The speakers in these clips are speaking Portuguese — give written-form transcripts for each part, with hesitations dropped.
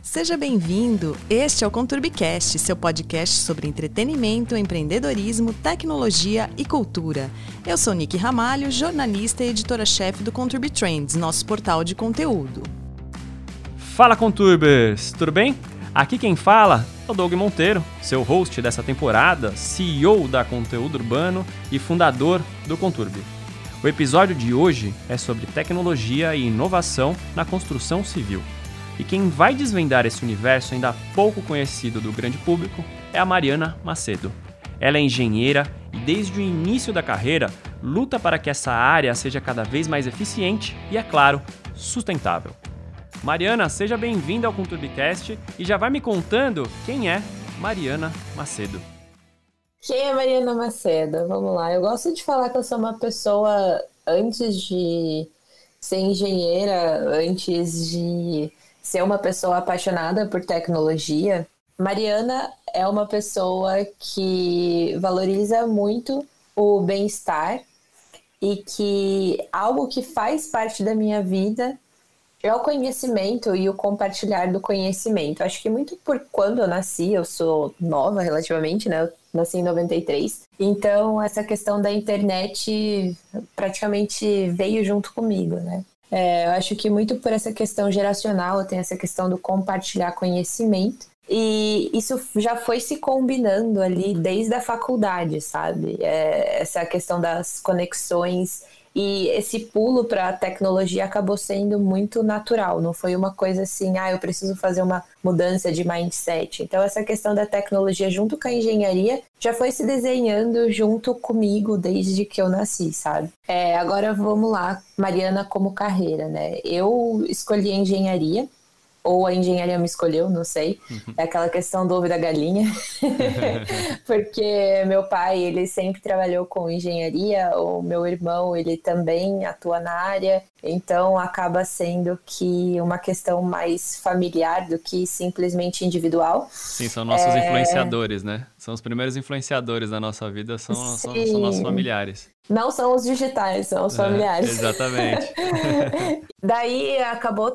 Seja bem-vindo! Este é o ConturbiCast, seu podcast sobre entretenimento, empreendedorismo, tecnologia e cultura. Eu sou Nick Ramalho, jornalista e editora-chefe do Conturbi Trends, nosso portal de conteúdo. Fala, Conturbers! Tudo bem? Aqui quem fala é o Doug Monteiro, seu host dessa temporada, CEO da Conteúdo Urbano e fundador do Conturbi. O episódio de hoje é sobre tecnologia e inovação na construção civil. E quem vai desvendar esse universo ainda pouco conhecido do grande público é a Mariana Macedo. Ela é engenheira e desde o início da carreira luta para que essa área seja cada vez mais eficiente e, é claro, sustentável. Mariana, seja bem-vinda ao ConturbiCast e já vai me contando quem é Mariana Macedo. Quem é Mariana Macedo? Vamos lá. Eu gosto de falar que eu sou uma pessoa, antes de ser engenheira, antes de ser uma pessoa apaixonada por tecnologia, Mariana é uma pessoa que valoriza muito o bem-estar e que algo que faz parte da minha vida é o conhecimento e o compartilhar do conhecimento. Acho que muito por quando eu nasci, eu sou nova relativamente, né? Eu nasci em 93. Então, essa questão da internet praticamente veio junto comigo, né? Eu acho que muito por essa questão geracional, tem essa questão do compartilhar conhecimento. E isso já foi se combinando ali desde a faculdade, sabe? Essa questão das conexões. E esse pulo para a tecnologia acabou sendo muito natural, não foi uma coisa assim, eu preciso fazer uma mudança de mindset. Então essa questão da tecnologia junto com a engenharia já foi se desenhando junto comigo desde que eu nasci, sabe? Agora vamos lá, Mariana como carreira, né? Eu escolhi a engenharia, ou a engenharia me escolheu, não sei. É aquela questão do ovo da galinha. Porque meu pai, ele sempre trabalhou com engenharia, o meu irmão, ele também atua na área. Então, acaba sendo que uma questão mais familiar do que simplesmente individual. Sim, são nossos influenciadores, né? São os primeiros influenciadores da nossa vida, são nossos familiares. Não são os digitais, são os familiares. Exatamente. Daí acabou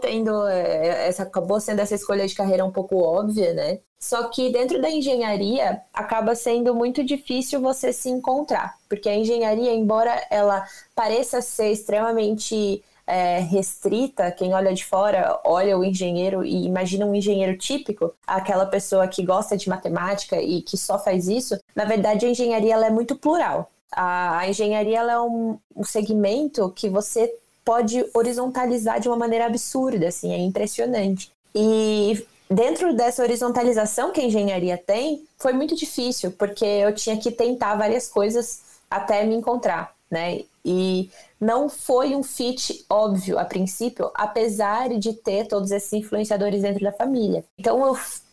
sendo essa escolha de carreira um pouco óbvia, né? Só que dentro da engenharia acaba sendo muito difícil você se encontrar, porque a engenharia, embora ela pareça ser extremamente restrita, quem olha de fora olha o engenheiro e imagina um engenheiro típico, aquela pessoa que gosta de matemática e que só faz isso. Na verdade, a engenharia ela é muito plural. A engenharia ela é um segmento que você pode horizontalizar de uma maneira absurda, assim, é impressionante. E dentro dessa horizontalização que a engenharia tem, foi muito difícil, porque eu tinha que tentar várias coisas até me encontrar, né? E não foi um fit óbvio a princípio, apesar de ter todos esses influenciadores dentro da família. Então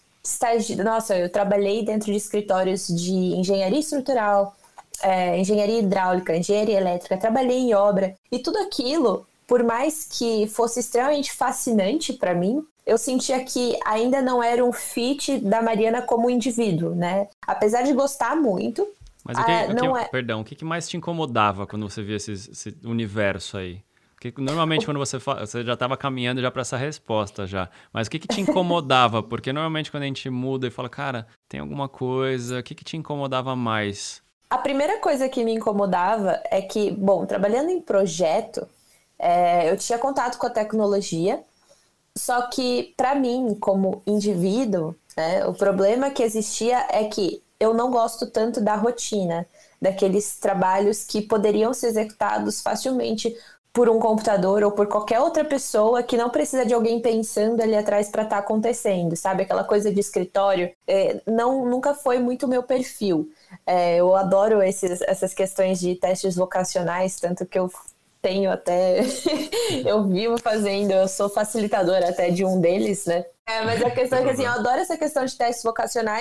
eu trabalhei dentro de escritórios de engenharia estrutural, engenharia hidráulica, engenharia elétrica, trabalhei em obra, e tudo aquilo, por mais que fosse extremamente fascinante para mim, eu sentia que ainda não era um fit da Mariana como indivíduo, né? Apesar de gostar muito. Mas o que mais te incomodava quando você via esse universo aí? Porque normalmente quando você já estava caminhando já para essa resposta já, mas o que te incomodava? Porque normalmente quando a gente muda e fala, cara, tem alguma coisa, o que te incomodava mais? A primeira coisa que me incomodava é que, trabalhando em projeto, eu tinha contato com a tecnologia, só que, para mim, como indivíduo, né, o problema que existia é que eu não gosto tanto da rotina, daqueles trabalhos que poderiam ser executados facilmente por um computador ou por qualquer outra pessoa que não precisa de alguém pensando ali atrás para estar acontecendo, sabe? Aquela coisa de escritório, nunca foi muito o meu perfil. Eu adoro essas questões de testes vocacionais, tanto que eu tenho até... eu vivo fazendo, eu sou facilitadora até de um deles, né? Mas a questão é que, assim, eu adoro essa questão de testes vocacionais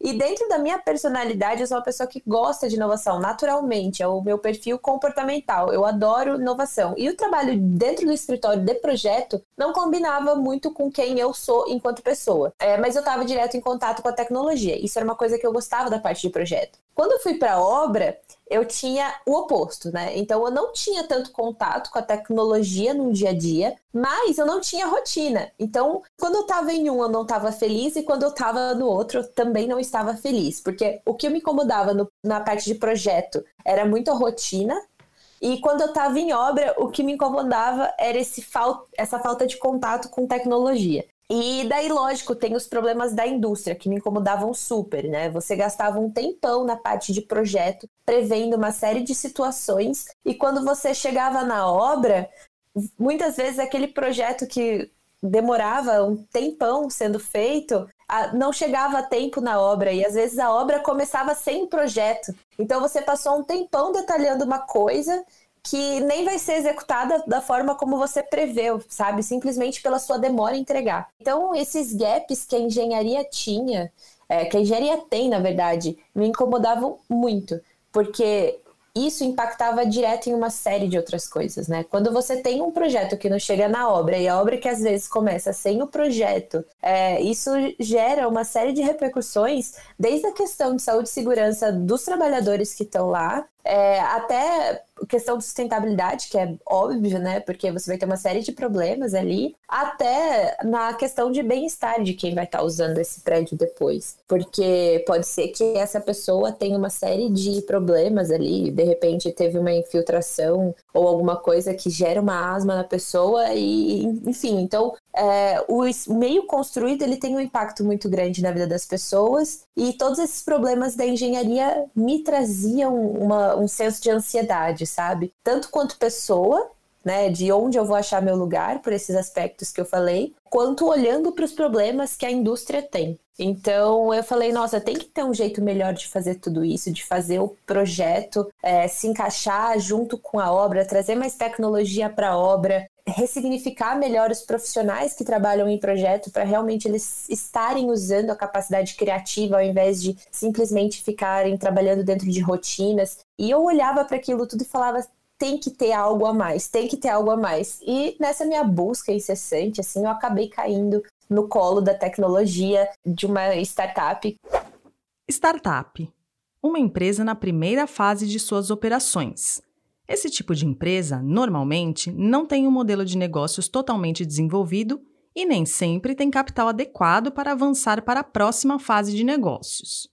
E dentro da minha personalidade, eu sou uma pessoa que gosta de inovação, naturalmente, é o meu perfil comportamental. Eu adoro inovação. E o trabalho dentro do escritório de projeto não combinava muito com quem eu sou enquanto pessoa. Mas eu estava direto em contato com a tecnologia. Isso era uma coisa que eu gostava da parte de projeto. Quando eu fui para a obra, eu tinha o oposto, né? Então, eu não tinha tanto contato com a tecnologia no dia a dia, mas eu não tinha rotina. Então, quando eu estava em um, eu não estava feliz, e quando eu estava no outro, eu também não estava feliz. Porque o que me incomodava na parte de projeto era muito a rotina, e quando eu estava em obra, o que me incomodava era essa falta de contato com tecnologia. E daí, lógico, tem os problemas da indústria, que me incomodavam super, né? Você gastava um tempão na parte de projeto, prevendo uma série de situações, e quando você chegava na obra, muitas vezes aquele projeto que demorava um tempão sendo feito, não chegava a tempo na obra, e às vezes a obra começava sem projeto. Então você passou um tempão detalhando uma coisa que nem vai ser executada da forma como você preveu, sabe? Simplesmente pela sua demora em entregar. Então, esses gaps que a engenharia tinha, que a engenharia tem, na verdade, me incomodavam muito, porque isso impactava direto em uma série de outras coisas, né? Quando você tem um projeto que não chega na obra, e a obra que às vezes começa sem o projeto, isso gera uma série de repercussões, desde a questão de saúde e segurança dos trabalhadores que estão lá, até questão de sustentabilidade, que é óbvio, né? Porque você vai ter uma série de problemas ali, até na questão de bem-estar de quem vai estar usando esse prédio depois. Porque pode ser que essa pessoa tenha uma série de problemas ali, de repente teve uma infiltração ou alguma coisa que gera uma asma na pessoa, e enfim, então o meio construído ele tem um impacto muito grande na vida das pessoas, e todos esses problemas da engenharia me traziam um senso de ansiedade, sabe? Tanto quanto pessoa, né, de onde eu vou achar meu lugar, por esses aspectos que eu falei, quanto olhando para os problemas que a indústria tem. Então eu falei, nossa, tem que ter um jeito melhor de fazer tudo isso, de fazer o projeto se encaixar junto com a obra, trazer mais tecnologia para a obra, ressignificar melhor os profissionais que trabalham em projeto para realmente eles estarem usando a capacidade criativa ao invés de simplesmente ficarem trabalhando dentro de rotinas. E eu olhava para aquilo tudo e falava, tem que ter algo a mais, tem que ter algo a mais. E nessa minha busca incessante, assim, eu acabei caindo no colo da tecnologia de uma startup. Startup, uma empresa na primeira fase de suas operações. Esse tipo de empresa, normalmente, não tem um modelo de negócios totalmente desenvolvido e nem sempre tem capital adequado para avançar para a próxima fase de negócios.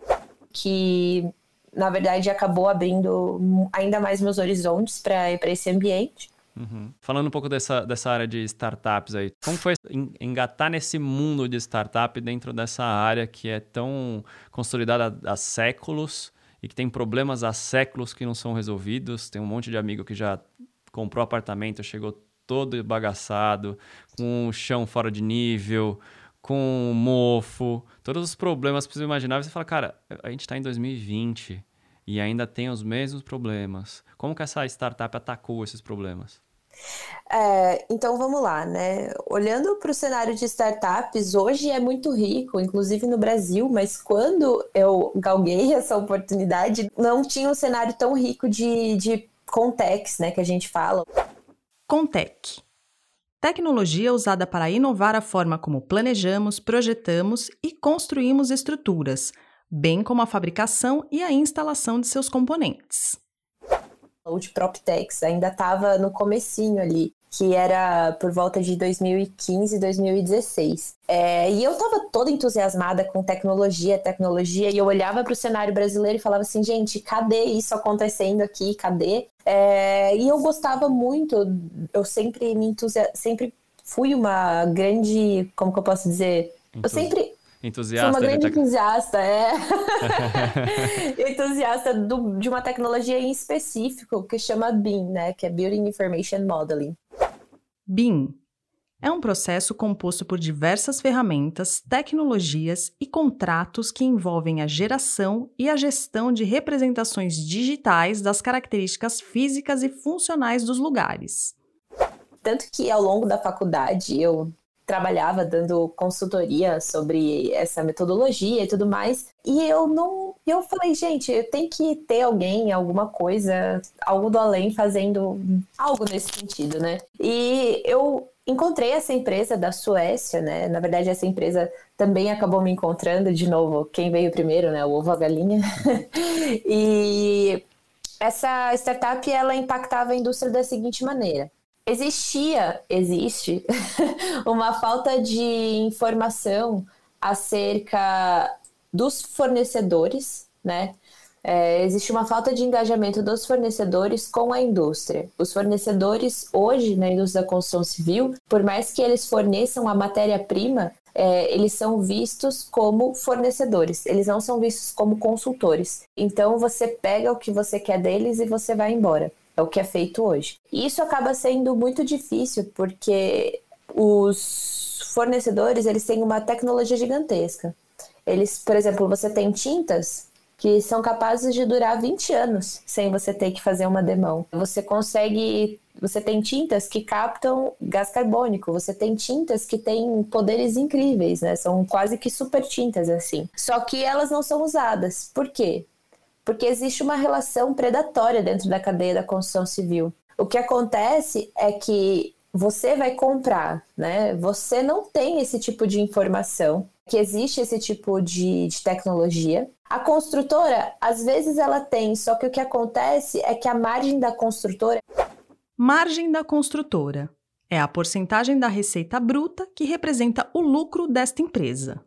Que, na verdade, acabou abrindo ainda mais meus horizontes para esse ambiente. Uhum. Falando um pouco dessa área de startups aí, como foi engatar nesse mundo de startup dentro dessa área que é tão consolidada há séculos e que tem problemas há séculos que não são resolvidos? Tem um monte de amigo que já comprou apartamento, chegou todo bagaçado, com o chão fora de nível, com mofo, todos os problemas que você imaginava. Você fala, cara, a gente está em 2020 e ainda tem os mesmos problemas. Como que essa startup atacou esses problemas? Então vamos lá, né? Olhando para o cenário de startups, hoje é muito rico, inclusive no Brasil, mas quando eu galguei essa oportunidade, não tinha um cenário tão rico de Contex, né, que a gente fala. Contec. Tecnologia usada para inovar a forma como planejamos, projetamos e construímos estruturas, bem como a fabricação e a instalação de seus componentes. O de PropTex ainda estava no comecinho ali, que era por volta de 2015, 2016. E eu estava toda entusiasmada com tecnologia, e eu olhava para o cenário brasileiro e falava assim, gente, cadê isso acontecendo aqui, cadê? E eu gostava muito, eu sempre sempre fui uma grande, como que eu posso dizer? Eu sempre... Entusiasta. Sou uma grande entusiasta, entusiasta de uma tecnologia em específico que chama BIM, né? Que é Building Information Modeling. BIM é um processo composto por diversas ferramentas, tecnologias e contratos que envolvem a geração e a gestão de representações digitais das características físicas e funcionais dos lugares. Tanto que ao longo da faculdade eu trabalhava dando consultoria sobre essa metodologia e tudo mais. E eu falei, gente, eu tenho que ter alguém, alguma coisa, algo do além fazendo algo nesse sentido, né? E eu encontrei essa empresa da Suécia, né? Na verdade, essa empresa também acabou me encontrando de novo. Quem veio primeiro, né? O ovo, a galinha. E essa startup, ela impactava a indústria da seguinte maneira. Existe uma falta de informação acerca dos fornecedores, né? Existe uma falta de engajamento dos fornecedores com a indústria. Os fornecedores hoje na indústria da construção civil, por mais que eles forneçam a matéria-prima, eles são vistos como fornecedores, eles não são vistos como consultores. Então você pega o que você quer deles e você vai embora. É o que é feito hoje. E isso acaba sendo muito difícil porque os fornecedores, eles têm uma tecnologia gigantesca. Eles, por exemplo, você tem tintas que são capazes de durar 20 anos sem você ter que fazer uma demão. Você tem tintas que captam gás carbônico, você tem tintas que têm poderes incríveis, né? São quase que super tintas, assim. Só que elas não são usadas. Por quê? Porque existe uma relação predatória dentro da cadeia da construção civil. O que acontece é que você vai comprar, né? Você não tem esse tipo de informação, que existe esse tipo de tecnologia. A construtora, às vezes ela tem, só que o que acontece é que a margem da construtora... Margem da construtora é a porcentagem da receita bruta que representa o lucro desta empresa.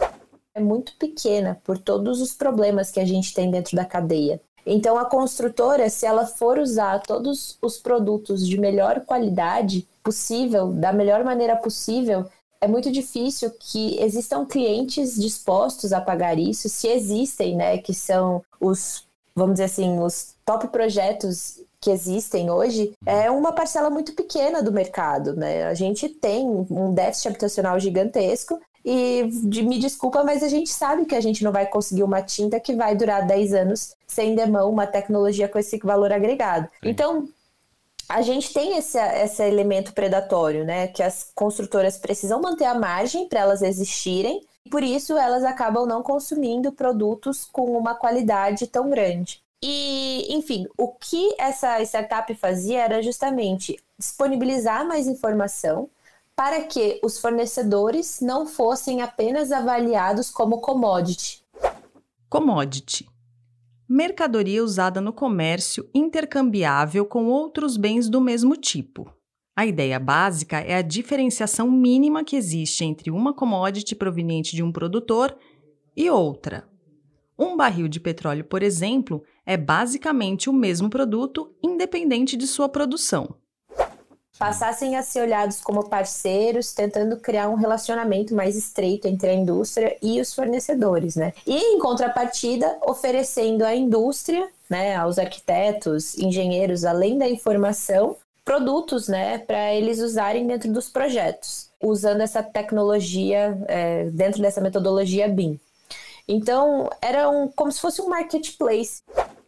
É muito pequena por todos os problemas que a gente tem dentro da cadeia. Então, a construtora, se ela for usar todos os produtos de melhor qualidade possível, da melhor maneira possível, é muito difícil que existam clientes dispostos a pagar isso, se existem, né, que são os, vamos dizer assim, os top projetos que existem hoje, é uma parcela muito pequena do mercado, né? A gente tem um déficit habitacional gigantesco e me desculpa, mas a gente sabe que a gente não vai conseguir uma tinta que vai durar 10 anos sem demão, uma tecnologia com esse valor agregado. Sim. Então, a gente tem esse elemento predatório, né? Que as construtoras precisam manter a margem para elas existirem, e por isso elas acabam não consumindo produtos com uma qualidade tão grande. E, enfim, o que essa startup fazia era justamente disponibilizar mais informação para que os fornecedores não fossem apenas avaliados como commodity. Commodity. Mercadoria usada no comércio intercambiável com outros bens do mesmo tipo. A ideia básica é a diferenciação mínima que existe entre uma commodity proveniente de um produtor e outra. Um barril de petróleo, por exemplo, é basicamente o mesmo produto, independente de sua produção. Passassem a ser olhados como parceiros, tentando criar um relacionamento mais estreito entre a indústria e os fornecedores, né? E, em contrapartida, oferecendo à indústria, né, aos arquitetos, engenheiros, além da informação, produtos, né, para eles usarem dentro dos projetos, usando essa tecnologia, dentro dessa metodologia BIM. Então, era como se fosse um marketplace.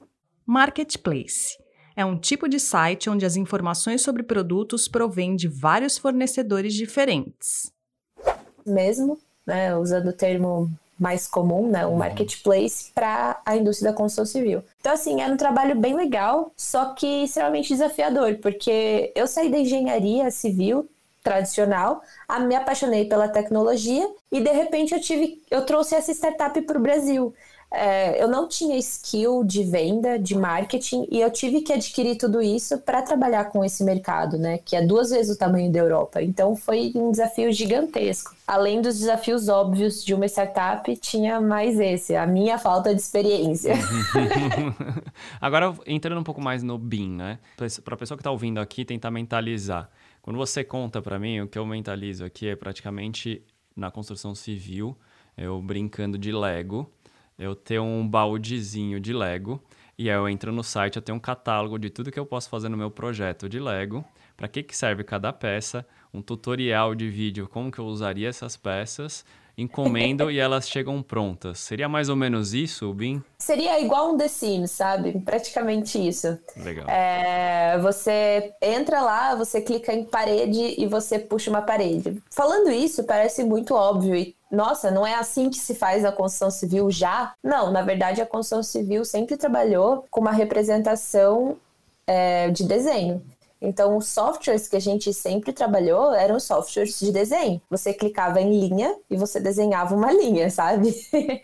Marketplace é um tipo de site onde as informações sobre produtos provêm de vários fornecedores diferentes. Mesmo, né, usando o termo mais comum, né, um marketplace para a indústria da construção civil. Então, assim, era um trabalho bem legal, só que extremamente desafiador, porque eu saí da engenharia civil tradicional, me apaixonei pela tecnologia e, de repente, eu trouxe essa startup para o Brasil. Eu não tinha skill de venda, de marketing, e eu tive que adquirir tudo isso para trabalhar com esse mercado, né, que é 2 vezes o tamanho da Europa. Então, foi um desafio gigantesco. Além dos desafios óbvios de uma startup, tinha mais a minha falta de experiência. Agora, entrando um pouco mais no BIM, né, para a pessoa que está ouvindo aqui tentar mentalizar. Quando você conta para mim, o que eu mentalizo aqui é praticamente na construção civil, eu brincando de Lego, eu tenho um baldezinho de Lego e aí eu entro no site, eu tenho um catálogo de tudo que eu posso fazer no meu projeto de Lego, para que serve cada peça, um tutorial de vídeo, como que eu usaria essas peças, encomendo e elas chegam prontas. Seria mais ou menos isso, BIM? Seria igual um The Sims, sabe? Praticamente isso. Legal. Você entra lá, você clica em parede e você puxa uma parede. Falando isso, parece muito óbvio e, nossa, não é assim que se faz a construção civil já? Não, na verdade a construção civil sempre trabalhou com uma representação de desenho. Então, os softwares que a gente sempre trabalhou eram softwares de desenho. Você clicava em linha e você desenhava uma linha, sabe?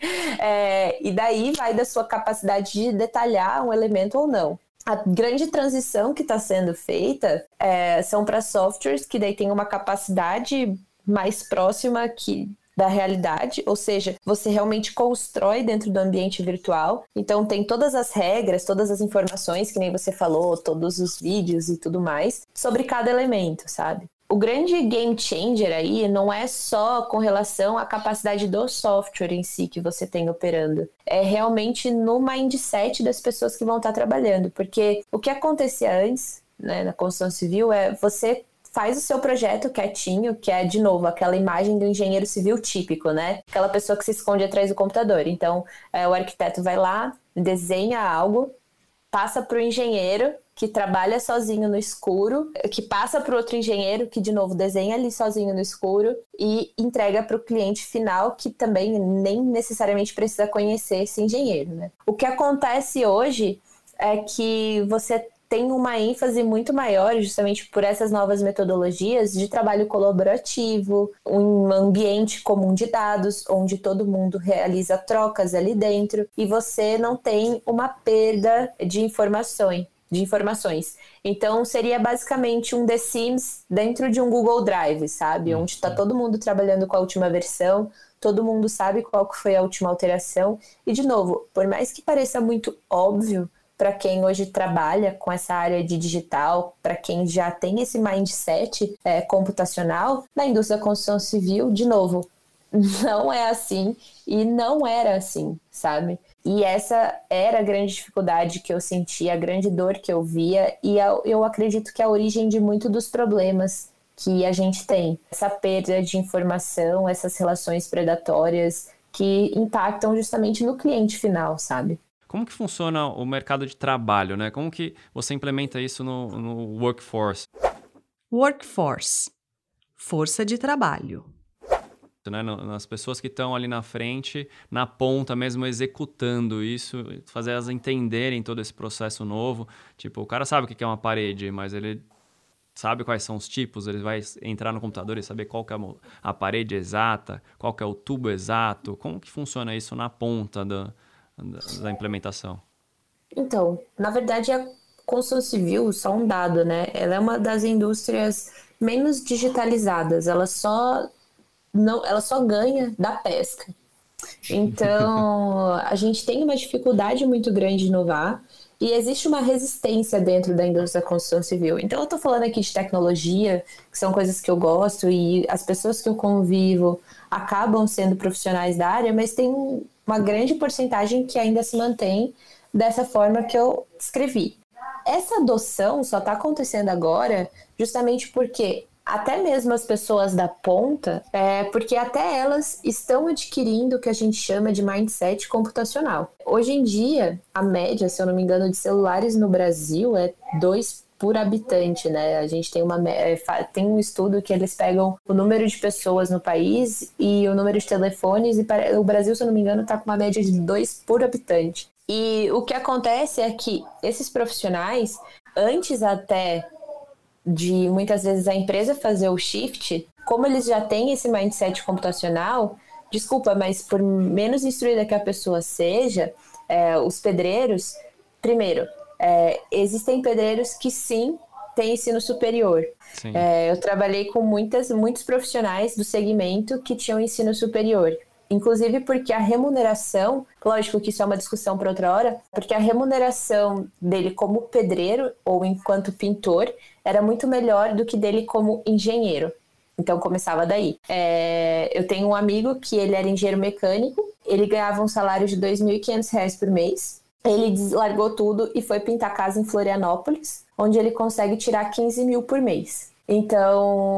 E daí vai da sua capacidade de detalhar um elemento ou não. A grande transição que está sendo feita são para softwares que daí tem uma capacidade mais próxima da realidade, ou seja, você realmente constrói dentro do ambiente virtual, então tem todas as regras, todas as informações, que nem você falou, todos os vídeos e tudo mais, sobre cada elemento, sabe? O grande game changer aí não é só com relação à capacidade do software em si que você tem operando, é realmente no mindset das pessoas que vão estar trabalhando, porque o que acontecia antes, né, na construção civil você faz o seu projeto quietinho, que é, de novo, aquela imagem do engenheiro civil típico, né? Aquela pessoa que se esconde atrás do computador. Então, o arquiteto vai lá, desenha algo, passa para o engenheiro, que trabalha sozinho no escuro, que passa para o outro engenheiro, que, de novo, desenha ali sozinho no escuro e entrega para o cliente final, que também nem necessariamente precisa conhecer esse engenheiro, né? O que acontece hoje é que você tem uma ênfase muito maior, justamente por essas novas metodologias de trabalho colaborativo, um ambiente comum de dados, onde todo mundo realiza trocas ali dentro, e você não tem uma perda de informações. Então, seria basicamente um The Sims dentro de um Google Drive, sabe? Onde está todo mundo trabalhando com a última versão, todo mundo sabe qual que foi a última alteração. E, de novo, por mais que pareça muito óbvio, para quem hoje trabalha com essa área de digital, para quem já tem esse mindset computacional, na indústria da construção civil, de novo, não é assim e não era assim, sabe? E essa era a grande dificuldade que eu sentia, a grande dor que eu via, e eu acredito que é a origem de muito dos problemas que a gente tem. Essa perda de informação, essas relações predatórias que impactam justamente no cliente final, sabe? Como que funciona o mercado de trabalho, né? Como que você implementa isso no workforce? Workforce, força de trabalho. Né? Nas pessoas que estão ali na frente, na ponta mesmo, executando isso, fazer elas entenderem todo esse processo novo. Tipo, o cara sabe o que é uma parede, mas ele sabe quais são os tipos, ele vai entrar no computador e saber qual que é a parede exata, qual que é o tubo exato. Como que funciona isso na ponta da implementação? Então, na verdade, a construção civil, só um dado, né? Ela é uma das indústrias menos digitalizadas. Ela só ganha da pesca. Então, a gente tem uma dificuldade muito grande de inovar e existe uma resistência dentro da indústria da construção civil. Então, eu estou falando aqui de tecnologia, que são coisas que eu gosto e as pessoas que eu convivo acabam sendo profissionais da área, mas tem uma grande porcentagem que ainda se mantém dessa forma que eu descrevi. Essa adoção só está acontecendo agora justamente porque até mesmo as pessoas da ponta, porque até elas estão adquirindo o que a gente chama de mindset computacional. Hoje em dia, a média, se eu não me engano, de celulares no Brasil é 2 por habitante, né? A gente tem tem um estudo que eles pegam o número de pessoas no país e o número de telefones, e o Brasil, se eu não me engano, está com uma média de 2 por habitante. E o que acontece é que esses profissionais, antes até de muitas vezes a empresa fazer o shift, como eles já têm esse mindset computacional, desculpa, mas por menos instruída que a pessoa seja, os pedreiros, primeiro, existem pedreiros que sim têm ensino superior. Eu trabalhei com muitos profissionais do segmento que tinham ensino superior. Inclusive porque a remuneração, lógico que isso é uma discussão para outra hora, porque a remuneração dele como pedreiro ou enquanto pintor era muito melhor do que dele como engenheiro. Então começava daí. Eu tenho um amigo que ele era engenheiro mecânico, ele ganhava um salário de R$ 2.500 por mês, ele largou tudo e foi pintar casa em Florianópolis, onde ele consegue tirar 15 mil por mês. Então,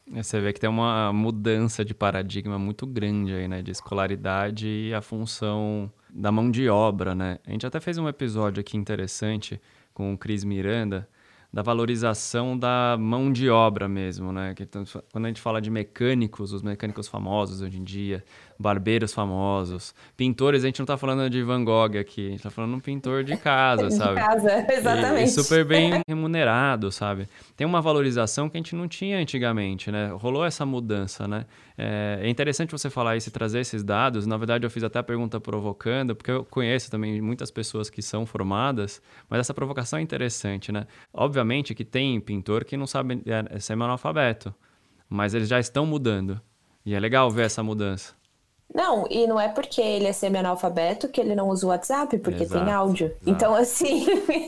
Você vê que tem uma mudança de paradigma muito grande aí, né? De escolaridade e a função da mão de obra, né? A gente até fez um episódio aqui interessante com o Cris Miranda, da valorização da mão de obra mesmo, né? Quando a gente fala de mecânicos, os mecânicos famosos hoje em dia, barbeiros famosos, pintores, a gente não tá falando de Van Gogh aqui, a gente tá falando de um pintor de casa, sabe? De casa, exatamente. E super bem remunerado, sabe? Tem uma valorização que a gente não tinha antigamente, né? Rolou essa mudança, né? É interessante você falar isso e trazer esses dados. Na verdade, eu fiz até a pergunta provocando, porque eu conheço também muitas pessoas que são formadas, mas essa provocação é interessante, né? Obviamente que tem pintor que não sabe ser analfabeto, mas eles já estão mudando. E é legal ver essa mudança. Não, e não é porque ele é semi-analfabeto que ele não usa o WhatsApp, porque tem áudio. Exato. Então, assim,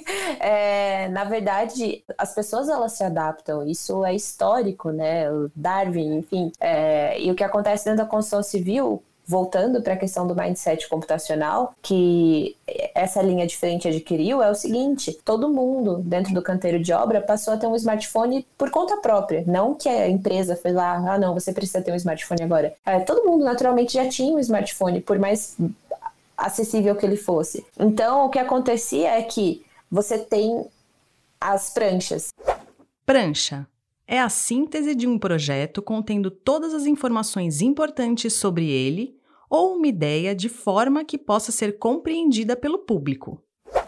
na verdade, as pessoas, elas se adaptam. Isso é histórico, né? O Darwin, enfim. E o que acontece dentro da construção civil, voltando para a questão do mindset computacional, que essa linha diferente adquiriu, é o seguinte: todo mundo dentro do canteiro de obra passou a ter um smartphone por conta própria, não que a empresa foi lá, não, você precisa ter um smartphone agora. Todo mundo naturalmente já tinha um smartphone, por mais acessível que ele fosse. Então, o que acontecia é que você tem as pranchas. Prancha é a síntese de um projeto contendo todas as informações importantes sobre ele ou uma ideia de forma que possa ser compreendida pelo público.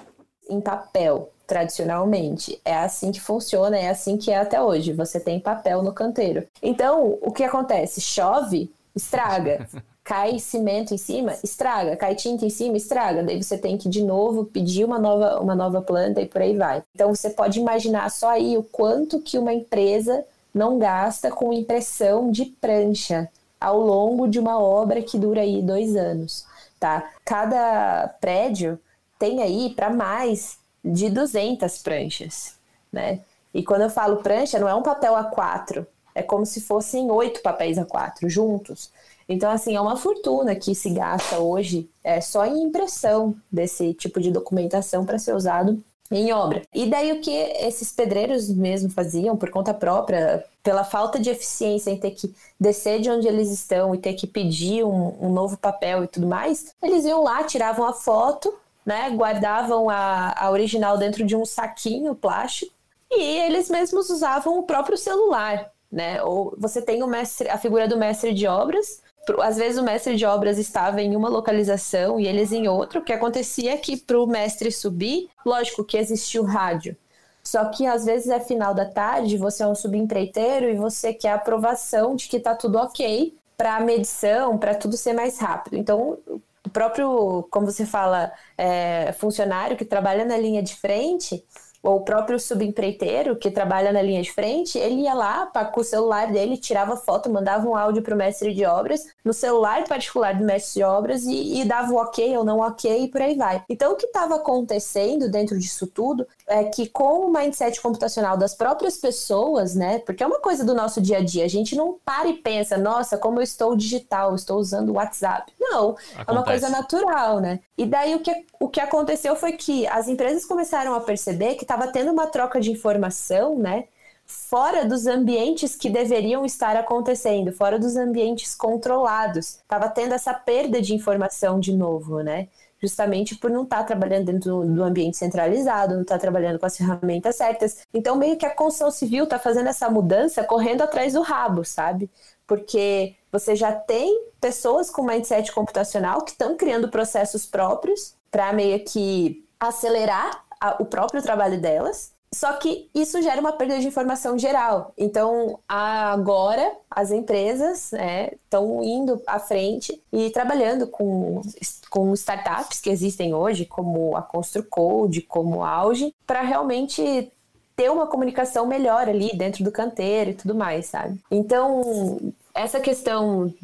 Em papel, tradicionalmente. É assim que funciona, é assim que é até hoje. Você tem papel no canteiro. Então, o que acontece? Chove, estraga. Cai cimento em cima, estraga. Cai tinta em cima, estraga. Daí você tem que, de novo, pedir uma nova planta e por aí vai. Então, você pode imaginar só aí o quanto que uma empresa não gasta com impressão de prancha ao longo de uma obra que dura aí 2 anos, tá? Cada prédio tem aí para mais de 200 pranchas, né? E quando eu falo prancha, não é um papel A4, é como se fossem 8 papéis A4 juntos. Então, assim, é uma fortuna que se gasta hoje só em impressão desse tipo de documentação para ser usado em obra. E daí o que esses pedreiros mesmo faziam por conta própria, pela falta de eficiência em ter que descer de onde eles estão e ter que pedir um novo papel e tudo mais, eles iam lá, tiravam a foto, né, guardavam a original dentro de um saquinho plástico e eles mesmos usavam o próprio celular, né? Ou você tem a figura do mestre de obras. Às vezes o mestre de obras estava em uma localização e eles em outra. O que acontecia é que para o mestre subir, lógico que existia o rádio. Só que às vezes é final da tarde, você é um subempreiteiro e você quer a aprovação de que está tudo ok para a medição, para tudo ser mais rápido. Então, o próprio, como você fala, funcionário que trabalha na linha de frente, ou o próprio subempreiteiro que trabalha na linha de frente, ele ia lá com o celular dele, tirava foto, mandava um áudio para o mestre de obras, no celular particular do mestre de obras e dava o ok ou não ok e por aí vai. Então, o que estava acontecendo dentro disso tudo é que com o mindset computacional das próprias pessoas, né, porque é uma coisa do nosso dia a dia, a gente não para e pensa, nossa, como eu estou digital, estou usando o WhatsApp. Não, acontece. É uma coisa natural, né? E daí o que aconteceu foi que as empresas começaram a perceber que estava tendo uma troca de informação, né, fora dos ambientes que deveriam estar acontecendo, fora dos ambientes controlados. Estava tendo essa perda de informação de novo, né? Justamente por não estar trabalhando dentro do ambiente centralizado, não estar trabalhando com as ferramentas certas. Então, meio que a construção civil está fazendo essa mudança correndo atrás do rabo, sabe? Porque você já tem pessoas com mindset computacional que estão criando processos próprios para meio que acelerar o próprio trabalho delas. Só que isso gera uma perda de informação geral. Então, agora, as empresas estão indo à frente e trabalhando com startups que existem hoje, como a ConstruCode, como a Auge, para realmente ter uma comunicação melhor ali dentro do canteiro e tudo mais, sabe? Então, essa questão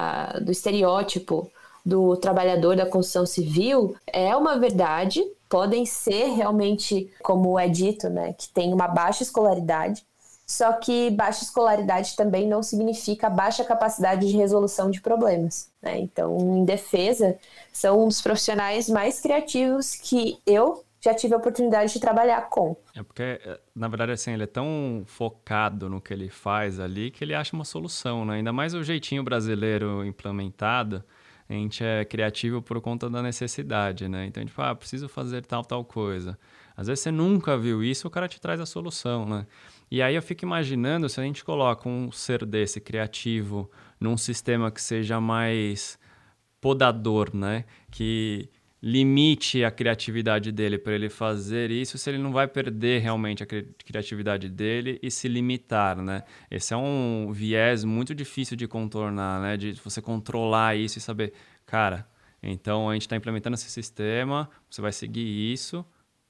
do estereótipo do trabalhador da construção civil é uma verdade. Podem ser realmente, como é dito, né, que tem uma baixa escolaridade, só que baixa escolaridade também não significa baixa capacidade de resolução de problemas, né? Então, em defesa, são um dos profissionais mais criativos que eu já tive a oportunidade de trabalhar com. É porque, na verdade, assim, ele é tão focado no que ele faz ali que ele acha uma solução, né? Ainda mais o jeitinho brasileiro implementado, a gente é criativo por conta da necessidade, né? Então, tipo, preciso fazer tal coisa. Às vezes você nunca viu isso, o cara te traz a solução, né? E aí eu fico imaginando se a gente coloca um ser desse criativo num sistema que seja mais podador, né? Que limite a criatividade dele para ele fazer isso, se ele não vai perder realmente a criatividade dele e se limitar, né? Esse é um viés muito difícil de contornar, né? De você controlar isso e saber, cara, então a gente está implementando esse sistema, você vai seguir isso,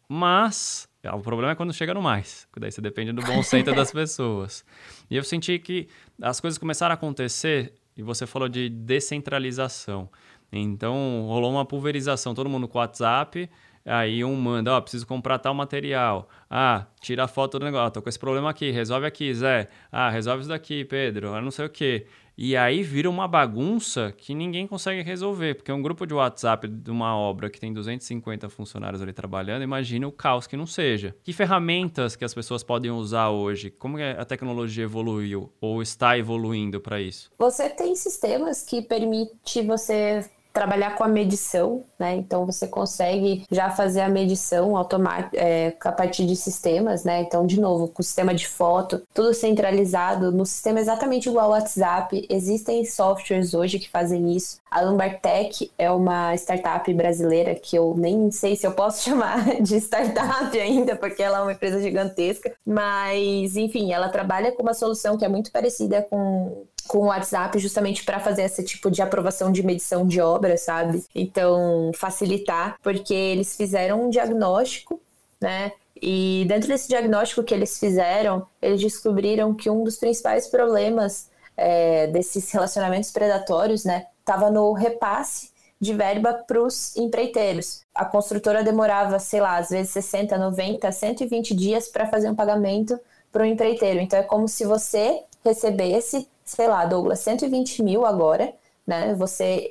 mas o problema é quando chega no mais, daí você depende do bom senso das pessoas. E eu senti que as coisas começaram a acontecer, e você falou de descentralização. Então, rolou uma pulverização, todo mundo com o WhatsApp, aí um manda, preciso comprar tal material. Tira a foto do negócio, tô com esse problema aqui, resolve aqui, Zé. Resolve isso daqui, Pedro, não sei o quê. E aí vira uma bagunça que ninguém consegue resolver, porque um grupo de WhatsApp de uma obra que tem 250 funcionários ali trabalhando, imagina o caos que não seja. Que ferramentas que as pessoas podem usar hoje? Como a tecnologia evoluiu ou está evoluindo para isso? Você tem sistemas que permitem você trabalhar com a medição, né? Então você consegue já fazer a medição automática a partir de sistemas, né? Então, de novo, com o sistema de foto, tudo centralizado no sistema exatamente igual ao WhatsApp. Existem softwares hoje que fazem isso. A Lambartech é uma startup brasileira que eu nem sei se eu posso chamar de startup ainda, porque ela é uma empresa gigantesca, mas, enfim, ela trabalha com uma solução que é muito parecida com o WhatsApp, justamente para fazer esse tipo de aprovação de medição de obra, sabe? Então, facilitar, porque eles fizeram um diagnóstico, né? E dentro desse diagnóstico que eles fizeram, eles descobriram que um dos principais problemas desses relacionamentos predatórios, né, estava no repasse de verba para os empreiteiros. A construtora demorava, sei lá, às vezes 60, 90, 120 dias para fazer um pagamento para o empreiteiro. Então, é como se você recebesse, sei lá, Douglas, 120 mil agora, né? Você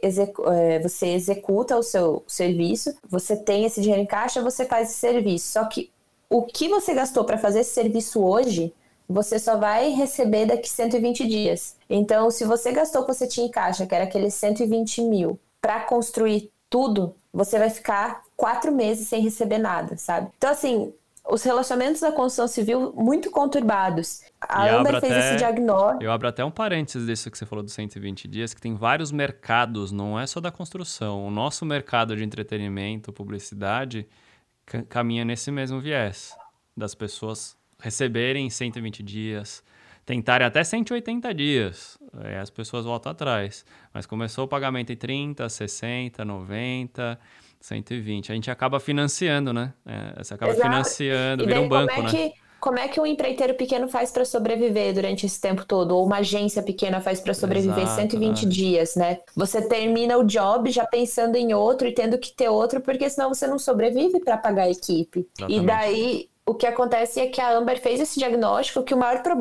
executa o seu serviço, você tem esse dinheiro em caixa, você faz esse serviço. Só que o que você gastou para fazer esse serviço hoje, você só vai receber daqui 120 dias. Então, se você gastou o que você tinha em caixa, que era aqueles 120 mil, para construir tudo, você vai ficar 4 meses sem receber nada, sabe? Então, assim, os relacionamentos da construção civil muito conturbados. A Amber fez esse diagnóstico. Eu abro até um parênteses disso que você falou dos 120 dias, que tem vários mercados, não é só da construção. O nosso mercado de entretenimento, publicidade, caminha nesse mesmo viés, das pessoas receberem 120 dias, tentarem até 180 dias, aí as pessoas voltam atrás. Mas começou o pagamento em 30, 60, 90... 120. A gente acaba financiando, né? Você acaba financiando, vira um banco, né? Como é que um empreiteiro pequeno faz para sobreviver durante esse tempo todo? Ou uma agência pequena faz para sobreviver 120 dias, né? Você termina o job já pensando em outro e tendo que ter outro, porque senão você não sobrevive para pagar a equipe. Exatamente. E daí, o que acontece é que a Amber fez esse diagnóstico que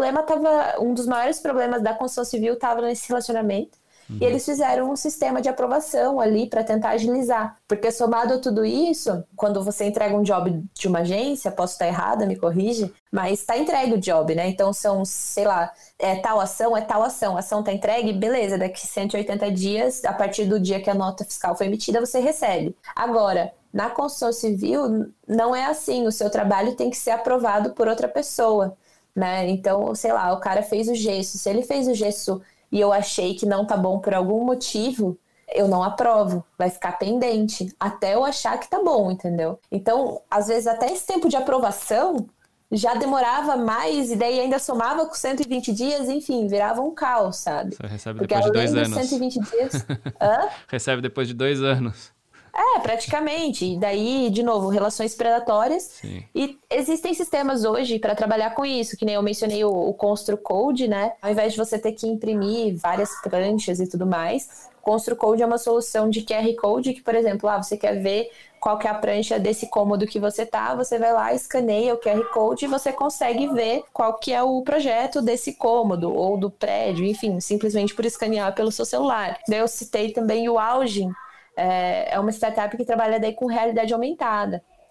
um dos maiores problemas da construção civil estava nesse relacionamento. E eles fizeram um sistema de aprovação ali para tentar agilizar. Porque somado a tudo isso, quando você entrega um job de uma agência, posso estar errada, me corrige, mas está entregue o job, né? Então são, sei lá, tal ação, a ação está entregue, beleza, daqui 180 dias, a partir do dia que a nota fiscal foi emitida, você recebe. Agora, na construção civil, não é assim, o seu trabalho tem que ser aprovado por outra pessoa, né? Então, sei lá, o cara fez o gesso, se ele fez o gesso e eu achei que não tá bom por algum motivo, eu não aprovo, vai ficar pendente, até eu achar que tá bom, entendeu? Então, às vezes, até esse tempo de aprovação já demorava mais, e daí ainda somava com 120 dias, enfim, virava um caos, sabe? Você recebe depois de 2 anos. 120 dias... Recebe depois de 2 anos. Praticamente. E daí, de novo, relações predatórias. Sim. E existem sistemas hoje para trabalhar com isso, que nem eu mencionei o ConstruCode, né? Ao invés de você ter que imprimir várias pranchas e tudo mais, o ConstruCode é uma solução de QR Code que, por exemplo, você quer ver qual que é a prancha desse cômodo que você você vai lá, escaneia o QR Code e você consegue ver qual que é o projeto desse cômodo ou do prédio, enfim, simplesmente por escanear pelo seu celular. Daí eu citei também o Augin, é uma startup que trabalha daí com realidade aumentada.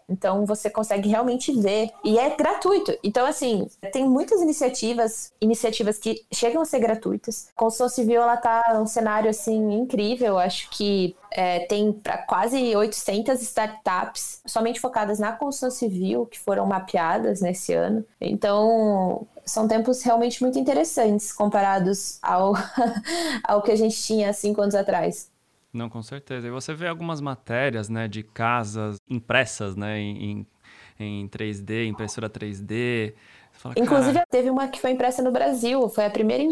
Então, você consegue realmente ver. E é gratuito. Então, assim, tem muitas iniciativas que chegam a ser gratuitas. A construção civil, ela tá num cenário, assim, incrível. Acho que tem para quase 800 startups somente focadas na construção civil que foram mapeadas nesse ano. Então, são tempos realmente muito interessantes comparados ao que a gente tinha 5 anos atrás. Não, com certeza. E você vê algumas matérias, né, de casas impressas, né, em 3D, impressora 3D. Fala, inclusive, teve uma que foi impressa no Brasil. Foi a primeira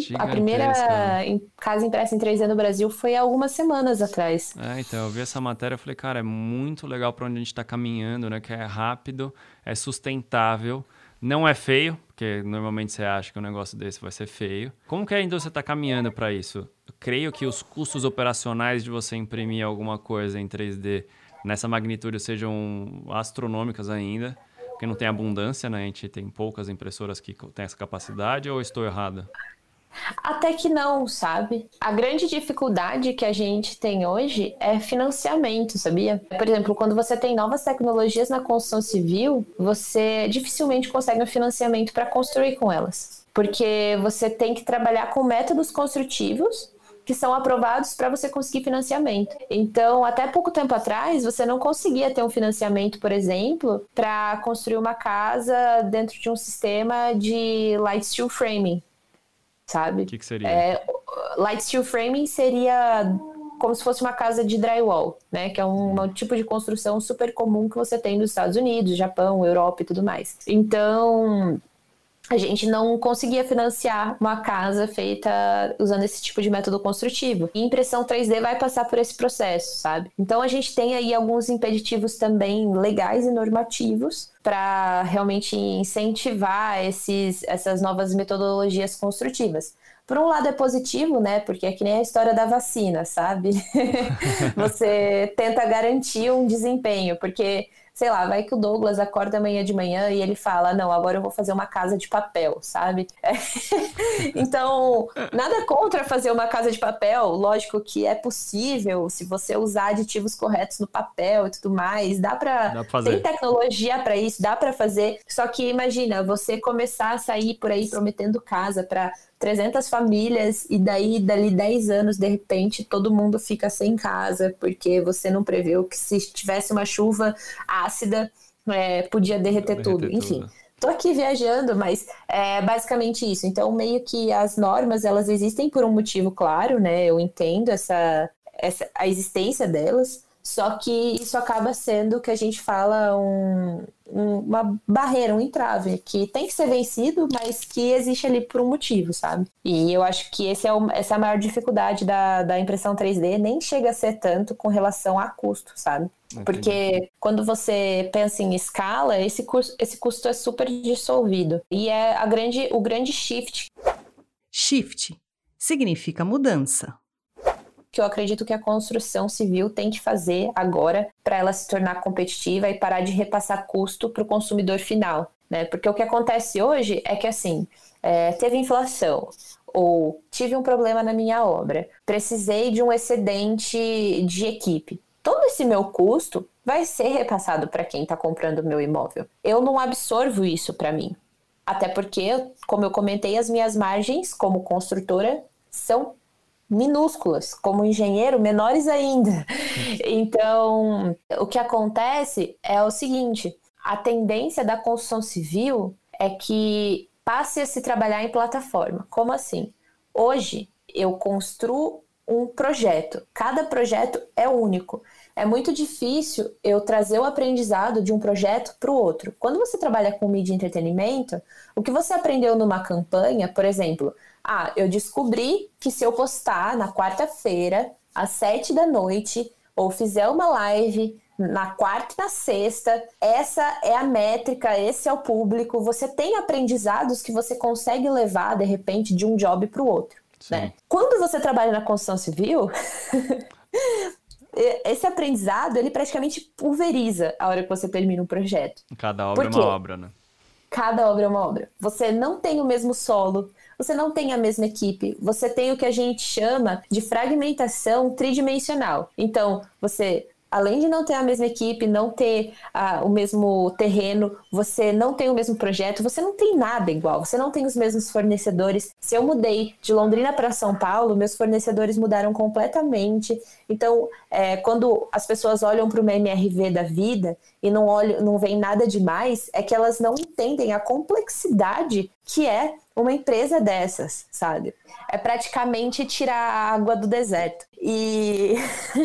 casa impressa em 3D no Brasil foi há algumas semanas atrás. Então, eu vi essa matéria e falei, cara, é muito legal para onde a gente está caminhando, né, que é rápido, é sustentável, não é feio, porque normalmente você acha que um negócio desse vai ser feio. Como que a indústria está caminhando para isso? Eu creio que os custos operacionais de você imprimir alguma coisa em 3D nessa magnitude sejam astronômicas ainda, porque não tem abundância, né? A gente tem poucas impressoras que têm essa capacidade, ou estou errada? Até que não, sabe? A grande dificuldade que a gente tem hoje é financiamento, sabia? Por exemplo, quando você tem novas tecnologias na construção civil, você dificilmente consegue um financiamento para construir com elas. Porque você tem que trabalhar com métodos construtivos que são aprovados para você conseguir financiamento. Então, até pouco tempo atrás, você não conseguia ter um financiamento, por exemplo, para construir uma casa dentro de um sistema de light steel framing. Sabe? O que seria? Light steel framing seria como se fosse uma casa de drywall, né? Que é um tipo de construção super comum que você tem nos Estados Unidos, Japão, Europa e tudo mais. Então, a gente não conseguia financiar uma casa feita usando esse tipo de método construtivo. E impressão 3D vai passar por esse processo, sabe? Então, a gente tem aí alguns impeditivos também legais e normativos para realmente incentivar essas novas metodologias construtivas. Por um lado é positivo, né? Porque é que nem a história da vacina, sabe? Você tenta garantir um desempenho, porque, sei lá, vai que o Douglas acorda amanhã de manhã e ele fala, não, agora eu vou fazer uma casa de papel, sabe? Então, nada contra fazer uma casa de papel, lógico que é possível, se você usar aditivos corretos no papel e tudo mais, dá pra fazer. Tem tecnologia pra isso, dá pra fazer, só que imagina, você começar a sair por aí prometendo casa pra 300 famílias e daí, dali 10 anos, de repente, todo mundo fica sem casa, porque você não preveu que se tivesse uma chuva ácida, podia derreter tudo. Enfim, tô aqui viajando, mas é basicamente isso. Então, meio que as normas, elas existem por um motivo claro, né? Eu entendo a existência delas, só que isso acaba sendo o que a gente fala uma barreira, um entrave, que tem que ser vencido, mas que existe ali por um motivo, sabe? E eu acho que essa é a maior dificuldade da impressão 3D, nem chega a ser tanto com relação a custo, sabe? Entendi. Porque quando você pensa em escala, esse custo é super dissolvido. E é o grande shift. Shift significa mudança. Que eu acredito que a construção civil tem que fazer agora para ela se tornar competitiva e parar de repassar custo para o consumidor final, né? Porque o que acontece hoje é que, assim, teve inflação, ou tive um problema na minha obra, precisei de um excedente de equipe. Todo esse meu custo vai ser repassado para quem está comprando o meu imóvel. Eu não absorvo isso para mim. Até porque, como eu comentei, as minhas margens como construtora são minúsculas, como engenheiro, menores ainda. Então, o que acontece é o seguinte, a tendência da construção civil é que passe a se trabalhar em plataforma. Como assim? Hoje, eu construo um projeto. Cada projeto é único. É muito difícil eu trazer o aprendizado de um projeto para o outro. Quando você trabalha com mídia e entretenimento, o que você aprendeu numa campanha, por exemplo, eu descobri que se eu postar na quarta-feira, às 7 da noite, ou fizer uma live na quarta e na sexta, essa é a métrica, esse é o público. Você tem aprendizados que você consegue levar, de repente, de um job para o outro. Né? Quando você trabalha na construção civil, esse aprendizado, ele praticamente pulveriza a hora que você termina um projeto. Cada obra é uma obra, né? Cada obra é uma obra. Você não tem o mesmo solo, você não tem a mesma equipe, você tem o que a gente chama de fragmentação tridimensional. Então, você além de não ter a mesma equipe, não ter o mesmo terreno, você não tem o mesmo projeto, você não tem nada igual, você não tem os mesmos fornecedores. Se eu mudei de Londrina para São Paulo, meus fornecedores mudaram completamente. Então, quando as pessoas olham para uma MRV da vida e não veem nada demais, é que elas não entendem a complexidade que é uma empresa dessas, sabe? É praticamente tirar a água do deserto. E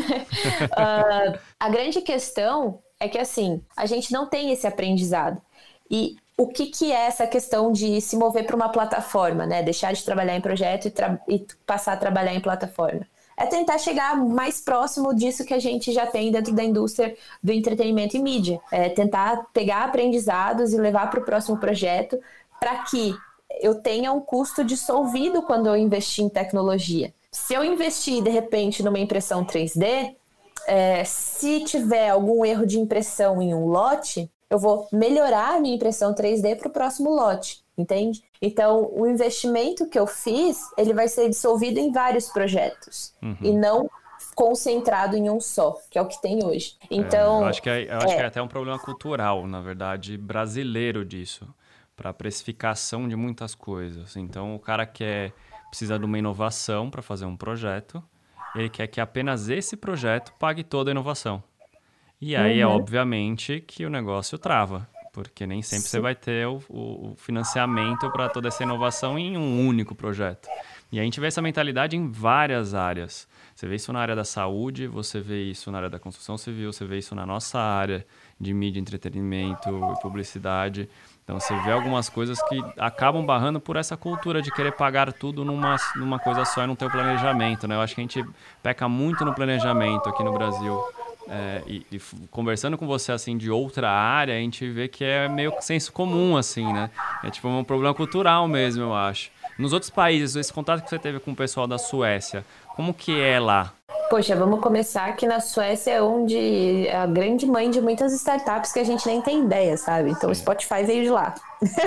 a grande questão é que, assim, a gente não tem esse aprendizado. E o que é essa questão de se mover para uma plataforma, né? Deixar de trabalhar em projeto e passar a trabalhar em plataforma? É tentar chegar mais próximo disso que a gente já tem dentro da indústria do entretenimento e mídia. É tentar pegar aprendizados e levar para o próximo projeto para que eu tenha um custo dissolvido quando eu investir em tecnologia. Se eu investir, de repente, numa impressão 3D, se tiver algum erro de impressão em um lote, eu vou melhorar a minha impressão 3D para o próximo lote, entende? Então, o investimento que eu fiz, ele vai ser dissolvido em vários projetos, e não concentrado em um só, que é o que tem hoje. Então, eu acho que é até um problema cultural, na verdade, brasileiro disso, para a precificação de muitas coisas. Então, o cara precisa de uma inovação para fazer um projeto, ele quer que apenas esse projeto pague toda a inovação. E aí, obviamente, que o negócio trava, porque nem sempre você vai ter o financiamento para toda essa inovação em um único projeto. E a gente vê essa mentalidade em várias áreas. Você vê isso na área da saúde, você vê isso na área da construção civil, você vê isso na nossa área de mídia, entretenimento e publicidade. Então, você vê algumas coisas que acabam barrando por essa cultura de querer pagar tudo numa coisa só e não ter o planejamento, né? Eu acho que a gente peca muito no planejamento aqui no Brasil. E conversando com você, assim, de outra área, a gente vê que é meio senso comum, assim, né? É tipo um problema cultural mesmo, eu acho. Nos outros países, esse contato que você teve com o pessoal da Suécia, como que é lá? Poxa, vamos começar que na Suécia é onde é a grande mãe de muitas startups que a gente nem tem ideia, sabe? Então, o Spotify veio de lá.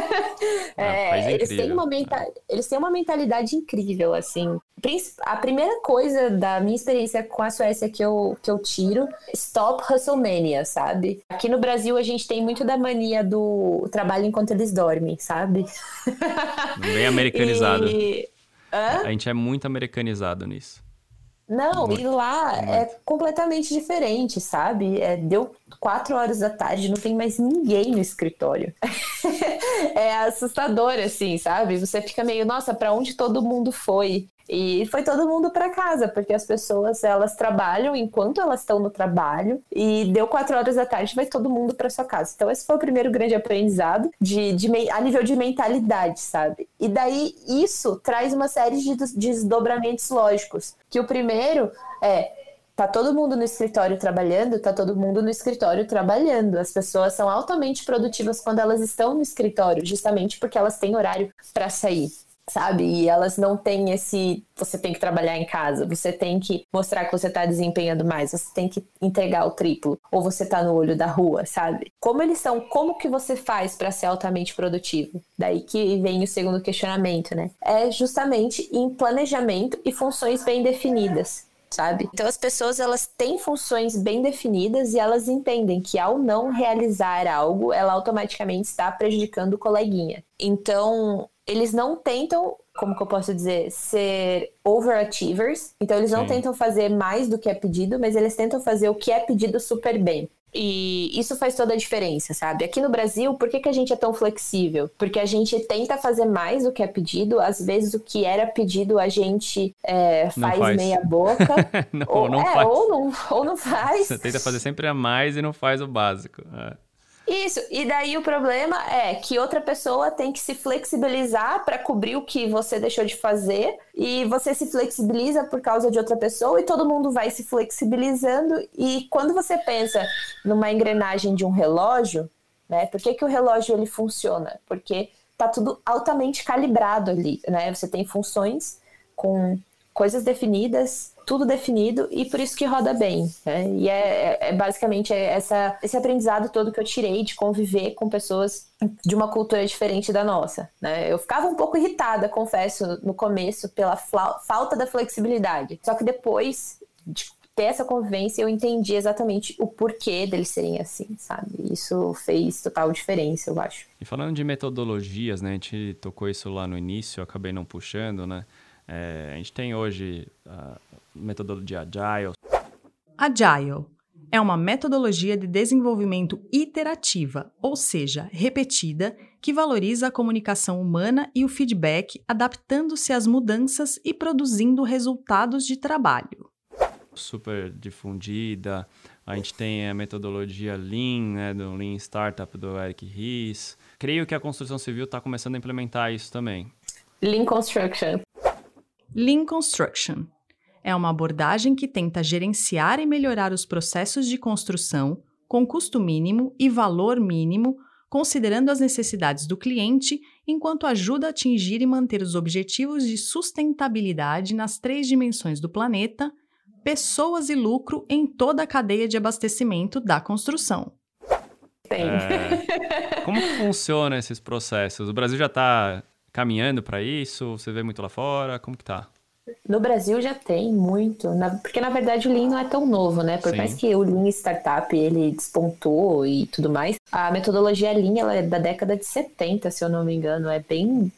Eles têm uma mentalidade incrível, assim. A primeira coisa da minha experiência com a Suécia que eu tiro, stop hustlemania, sabe? Aqui no Brasil a gente tem muito da mania do trabalho enquanto eles dormem, sabe? Bem americanizado. A gente é muito americanizado nisso. Não, e lá é completamente diferente, sabe? Deu 4 horas da tarde, não tem mais ninguém no escritório. É assustador, assim, sabe? Você fica meio, nossa, pra onde todo mundo foi? E foi todo mundo para casa, porque as pessoas, elas trabalham enquanto elas estão no trabalho, e deu 4 horas da tarde, vai todo mundo para sua casa. Então esse foi o primeiro grande aprendizado a nível de mentalidade, sabe? E daí isso traz uma série de desdobramentos lógicos, que o primeiro tá todo mundo no escritório trabalhando, tá todo mundo no escritório trabalhando. As pessoas são altamente produtivas quando elas estão no escritório, justamente porque elas têm horário para sair, sabe? E elas não têm você tem que trabalhar em casa, você tem que mostrar que você tá desempenhando mais, você tem que entregar o triplo, ou você tá no olho da rua, sabe? Como que você faz para ser altamente produtivo? Daí que vem o segundo questionamento, né? É justamente em planejamento e funções bem definidas, sabe? Então as pessoas, elas têm funções bem definidas e elas entendem que ao não realizar algo, ela automaticamente está prejudicando o coleguinha. Então eles não tentam, como que eu posso dizer, ser overachievers. Então eles não tentam fazer mais do que é pedido, mas eles tentam fazer o que é pedido super bem. E isso faz toda a diferença, sabe? Aqui no Brasil, por que a gente é tão flexível? Porque a gente tenta fazer mais do que é pedido. Às vezes o que era pedido a gente faz meia boca. ou não faz. Você tenta fazer sempre a mais e não faz o básico. Isso, e daí o problema é que outra pessoa tem que se flexibilizar para cobrir o que você deixou de fazer, e você se flexibiliza por causa de outra pessoa e todo mundo vai se flexibilizando. E quando você pensa numa engrenagem de um relógio, né, por que o relógio ele funciona? Porque tá tudo altamente calibrado ali, né? Você tem funções com coisas definidas, tudo definido, e por isso que roda bem, né? E basicamente esse aprendizado todo que eu tirei de conviver com pessoas de uma cultura diferente da nossa, né? Eu ficava um pouco irritada, confesso, no começo, pela falta da flexibilidade. Só que depois, ter essa convivência, eu entendi exatamente o porquê deles serem assim, sabe? Isso fez total diferença, eu acho. E falando de metodologias, né? A gente tocou isso lá no início, eu acabei não puxando, né? A gente tem hoje a metodologia Agile. Agile é uma metodologia de desenvolvimento iterativa, ou seja, repetida, que valoriza a comunicação humana e o feedback, adaptando-se às mudanças e produzindo resultados de trabalho. Super difundida. A gente tem a metodologia Lean, né, do Lean Startup, do Eric Ries. Creio que a construção civil está começando a implementar isso também. Lean Construction. Lean Construction é uma abordagem que tenta gerenciar e melhorar os processos de construção com custo mínimo e valor mínimo, considerando as necessidades do cliente, enquanto ajuda a atingir e manter os objetivos de sustentabilidade nas 3 dimensões do planeta, pessoas e lucro em toda a cadeia de abastecimento da construção. Como que funciona esses processos? O Brasil já está caminhando para isso? Você vê muito lá fora? Como que tá? No Brasil já tem muito, porque na verdade o Lean não é tão novo, né? Por mais que o Lean Startup ele despontou e tudo mais, a metodologia Lean ela é da década de 70, se eu não me engano, é bem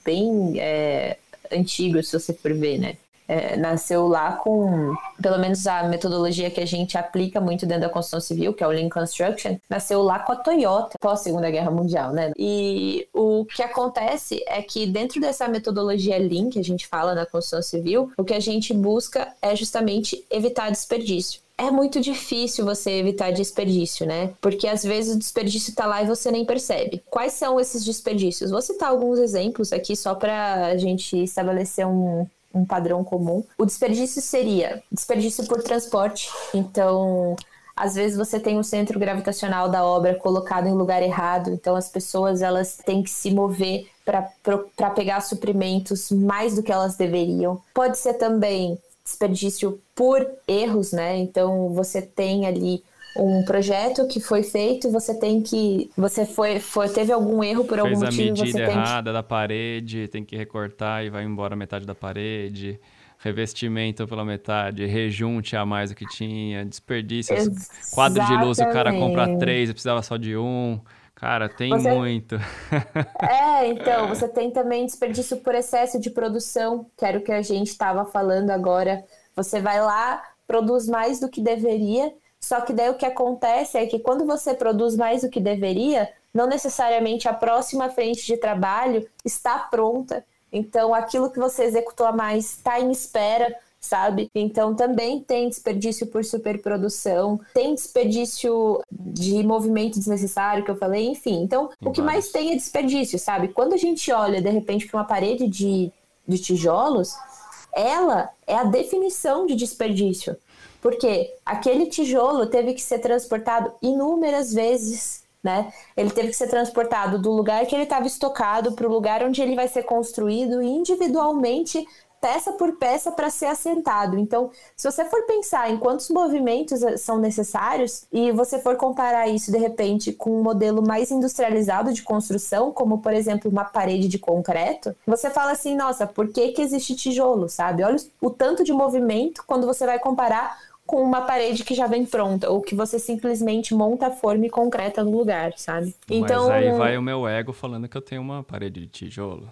antigo se você for ver, né? Nasceu lá com, pelo menos a metodologia que a gente aplica muito dentro da construção civil, que é o Lean Construction, nasceu lá com a Toyota, pós Segunda Guerra Mundial, né? E o que acontece é que dentro dessa metodologia Lean que a gente fala na construção civil, o que a gente busca é justamente evitar desperdício. É muito difícil você evitar desperdício, né? Porque às vezes o desperdício tá lá e você nem percebe. Quais são esses desperdícios? Vou citar alguns exemplos aqui só para a gente estabelecer um padrão comum. O desperdício seria desperdício por transporte. Então, às vezes você tem um centro gravitacional da obra colocado em lugar errado, então as pessoas elas têm que se mover para pegar suprimentos mais do que elas deveriam. Pode ser também desperdício por erros, né? Então, você tem ali um projeto que foi feito, você teve algum erro por algum motivo, fez a medida errada da parede, tem que recortar e vai embora metade da parede, revestimento pela metade, rejunte a mais do que tinha, desperdício, quadro de luz, o cara compra 3 e precisava só de 1. Cara, tem muito. Então, você tem também desperdício por excesso de produção, que era o que a gente estava falando agora. Você vai lá, produz mais do que deveria. Só que daí o que acontece é que quando você produz mais do que deveria, não necessariamente a próxima frente de trabalho está pronta. Então, aquilo que você executou a mais está em espera, sabe? Então, também tem desperdício por superprodução, tem desperdício de movimento desnecessário, que eu falei, enfim. Então, o que mais tem é desperdício, sabe? Quando a gente olha, de repente, para uma parede de tijolos, ela é a definição de desperdício. Porque aquele tijolo teve que ser transportado inúmeras vezes, né? Ele teve que ser transportado do lugar que ele estava estocado para o lugar onde ele vai ser construído individualmente, peça por peça, para ser assentado. Então, se você for pensar em quantos movimentos são necessários e você for comparar isso, de repente, com um modelo mais industrializado de construção, como, por exemplo, uma parede de concreto, você fala assim, nossa, por que existe tijolo, sabe? Olha o tanto de movimento quando você vai comparar com uma parede que já vem pronta, ou que você simplesmente monta a forma e concreta no lugar, sabe? Então, mas aí vai o meu ego falando que eu tenho uma parede de tijolo.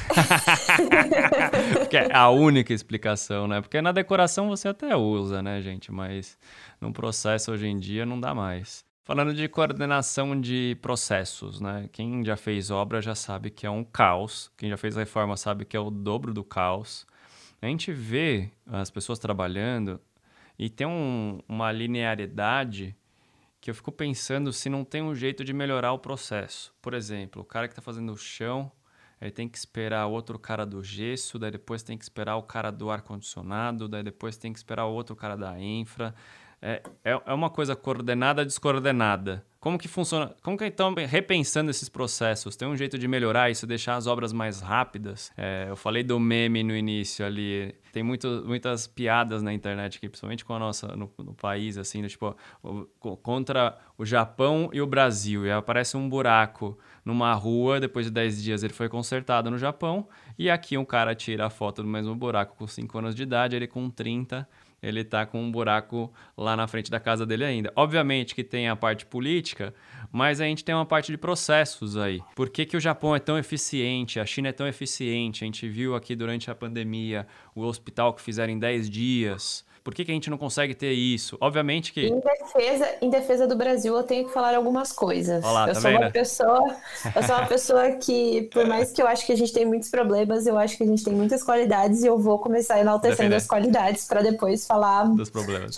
Porque é a única explicação, né? Porque na decoração você até usa, né, gente? Mas no processo hoje em dia não dá mais. Falando de coordenação de processos, né? Quem já fez obra já sabe que é um caos. Quem já fez reforma sabe que é o dobro do caos. A gente vê as pessoas trabalhando e tem uma linearidade que eu fico pensando se não tem um jeito de melhorar o processo. Por exemplo, o cara que está fazendo o chão, ele tem que esperar outro cara do gesso, daí depois tem que esperar o cara do ar-condicionado, daí depois tem que esperar o outro cara da infra. É uma coisa coordenada, descoordenada. Como que funciona? Como que então, repensando esses processos, tem um jeito de melhorar isso, deixar as obras mais rápidas? Eu falei do meme no início ali. Tem muitas piadas na internet aqui, principalmente com a nossa, no país, assim, tipo, contra o Japão e o Brasil. E aparece um buraco numa rua, depois de 10 dias ele foi consertado no Japão, e aqui um cara tira a foto do mesmo buraco com 5 anos de idade, ele com 30, ele tá com um buraco lá na frente da casa dele ainda. Obviamente que tem a parte política, mas a gente tem uma parte de processos aí. Por que que o Japão é tão eficiente, a China é tão eficiente? A gente viu aqui durante a pandemia o hospital que fizeram em 10 dias. Por que que a gente não consegue ter isso? Obviamente que... Em defesa do Brasil, eu tenho que falar algumas coisas. Olá, eu tá sou vendo? eu sou uma pessoa que, por mais que eu acho que a gente tem muitos problemas, eu acho que a gente tem muitas qualidades e eu vou começar enaltecendo as qualidades para depois falar dos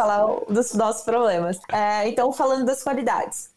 nossos problemas. Então, falando das qualidades.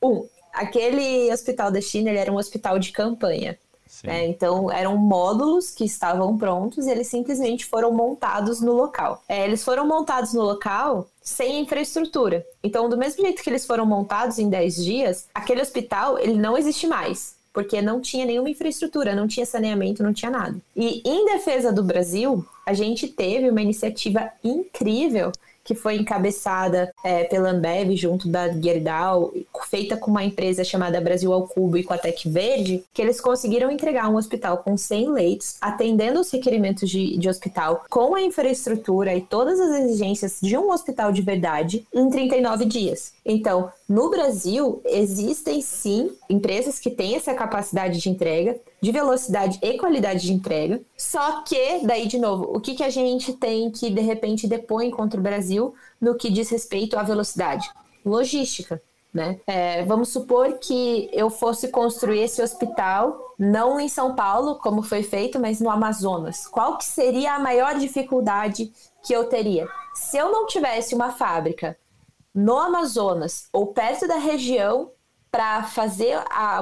Aquele hospital da China, ele era um hospital de campanha. Então, eram módulos que estavam prontos e eles simplesmente foram montados no local. Eles foram montados no local sem infraestrutura. Então, do mesmo jeito que eles foram montados em 10 dias, aquele hospital, ele não existe mais, porque não tinha nenhuma infraestrutura, não tinha saneamento, não tinha nada. E em defesa do Brasil, a gente teve uma iniciativa incrível que foi encabeçada pela Ambev junto da Gerdau, feita com uma empresa chamada Brasil ao Cubo e com a Tec Verde, que eles conseguiram entregar um hospital com 100 leitos, atendendo os requerimentos de hospital, com a infraestrutura e todas as exigências de um hospital de verdade, em 39 dias. Então, no Brasil, existem sim empresas que têm essa capacidade de entrega, de velocidade e qualidade de entrega, só que, daí de novo, o que a gente tem que de repente depõe contra o Brasil no que diz respeito à velocidade? Logística, né? Vamos supor que eu fosse construir esse hospital, não em São Paulo, como foi feito, mas no Amazonas. Qual que seria a maior dificuldade que eu teria? Se eu não tivesse uma fábrica no Amazonas ou perto da região para fazer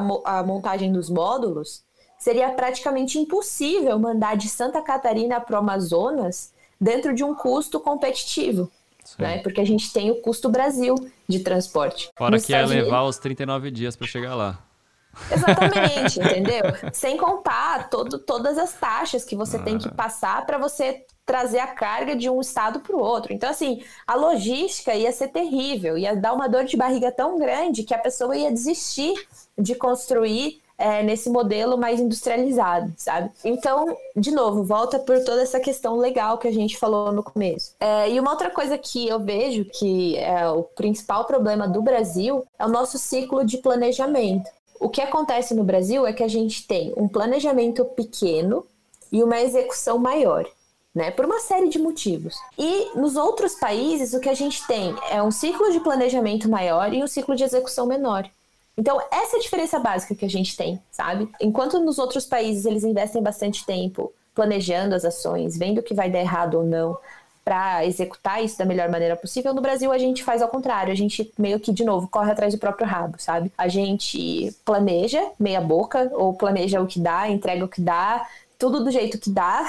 a montagem dos módulos, seria praticamente impossível mandar de Santa Catarina para o Amazonas dentro de um custo competitivo, né? Porque a gente tem o custo Brasil de transporte. Fora que ia levar os 39 dias para chegar lá. Exatamente, entendeu? Sem contar todas as taxas que você tem que passar para você trazer a carga de um estado para o outro. Então, assim, a logística ia ser terrível, ia dar uma dor de barriga tão grande que a pessoa ia desistir de construir nesse modelo mais industrializado, sabe? Então, de novo, volta por toda essa questão legal que a gente falou no começo. E uma outra coisa que eu vejo que é o principal problema do Brasil é o nosso ciclo de planejamento. O que acontece no Brasil é que a gente tem um planejamento pequeno e uma execução maior, né? Por uma série de motivos. E nos outros países, o que a gente tem é um ciclo de planejamento maior e um ciclo de execução menor. Então, essa é a diferença básica que a gente tem, sabe? Enquanto nos outros países eles investem bastante tempo planejando as ações, vendo o que vai dar errado ou não, para executar isso da melhor maneira possível, no Brasil a gente faz ao contrário, a gente meio que, de novo, corre atrás do próprio rabo, sabe? A gente planeja meia boca, ou planeja o que dá, entrega o que dá, tudo do jeito que dá,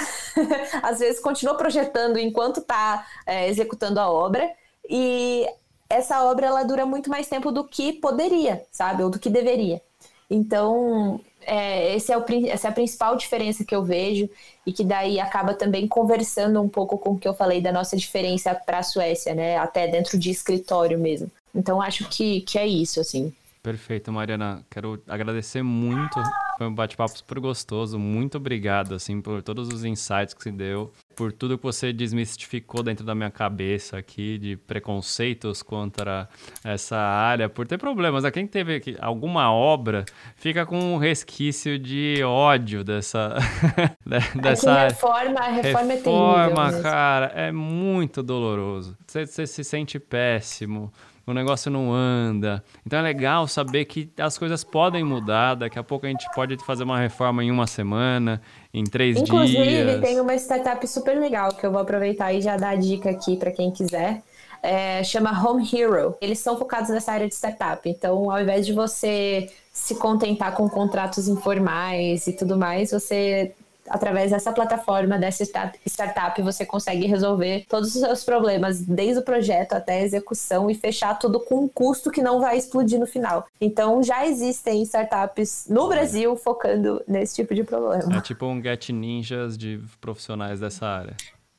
às vezes continua projetando enquanto tá executando a obra, e essa obra ela dura muito mais tempo do que poderia, sabe? Ou do que deveria. Então, essa é a principal diferença que eu vejo e que daí acaba também conversando um pouco com o que eu falei da nossa diferença para a Suécia, né? Até dentro de escritório mesmo. Então, acho que é isso, assim. Perfeito, Mariana. Quero agradecer muito. Foi um bate-papo super gostoso. Muito obrigado, assim, por todos os insights que você deu, por tudo que você desmistificou dentro da minha cabeça aqui, de preconceitos contra essa área, por ter problemas. Quem teve alguma obra fica com um resquício de ódio dessa área. A reforma é terrível. Cara, é muito doloroso. Você se sente péssimo. O negócio não anda. Então é legal saber que as coisas podem mudar. Daqui a pouco a gente pode fazer uma reforma em uma semana, em 3 dias. Inclusive, tem uma startup super legal que eu vou aproveitar e já dar a dica aqui para quem quiser. Chama Home Hero. Eles são focados nessa área de startup. Então, ao invés de você se contentar com contratos informais e tudo mais, você, através dessa plataforma, dessa startup, você consegue resolver todos os seus problemas, desde o projeto até a execução, e fechar tudo com um custo que não vai explodir no final. Então, já existem startups no Brasil focando nesse tipo de problema. É tipo um Get Ninjas de profissionais dessa área.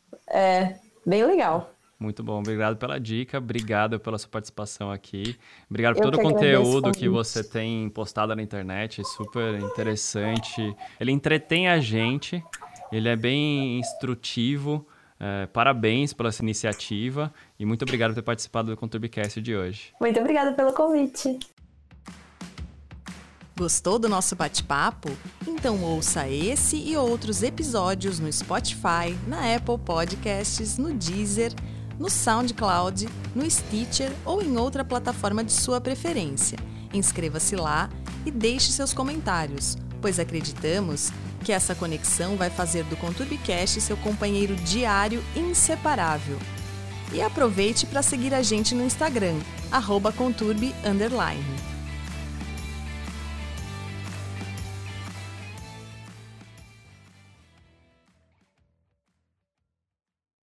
Bem legal. Muito bom, obrigado pela dica, obrigado pela sua participação aqui, obrigado por todo o conteúdo que você tem postado na internet, super interessante, ele entretém a gente, ele é bem instrutivo, Parabéns pela essa iniciativa e muito obrigado por ter participado do ConturbiCast de hoje. Muito obrigada pelo convite. Gostou do nosso bate-papo? Então ouça esse e outros episódios no Spotify, na Apple Podcasts, no Deezer, no SoundCloud, no Stitcher ou em outra plataforma de sua preferência. Inscreva-se lá e deixe seus comentários, pois acreditamos que essa conexão vai fazer do ConturbiCast seu companheiro diário inseparável. E aproveite para seguir a gente no Instagram, @conturbi_.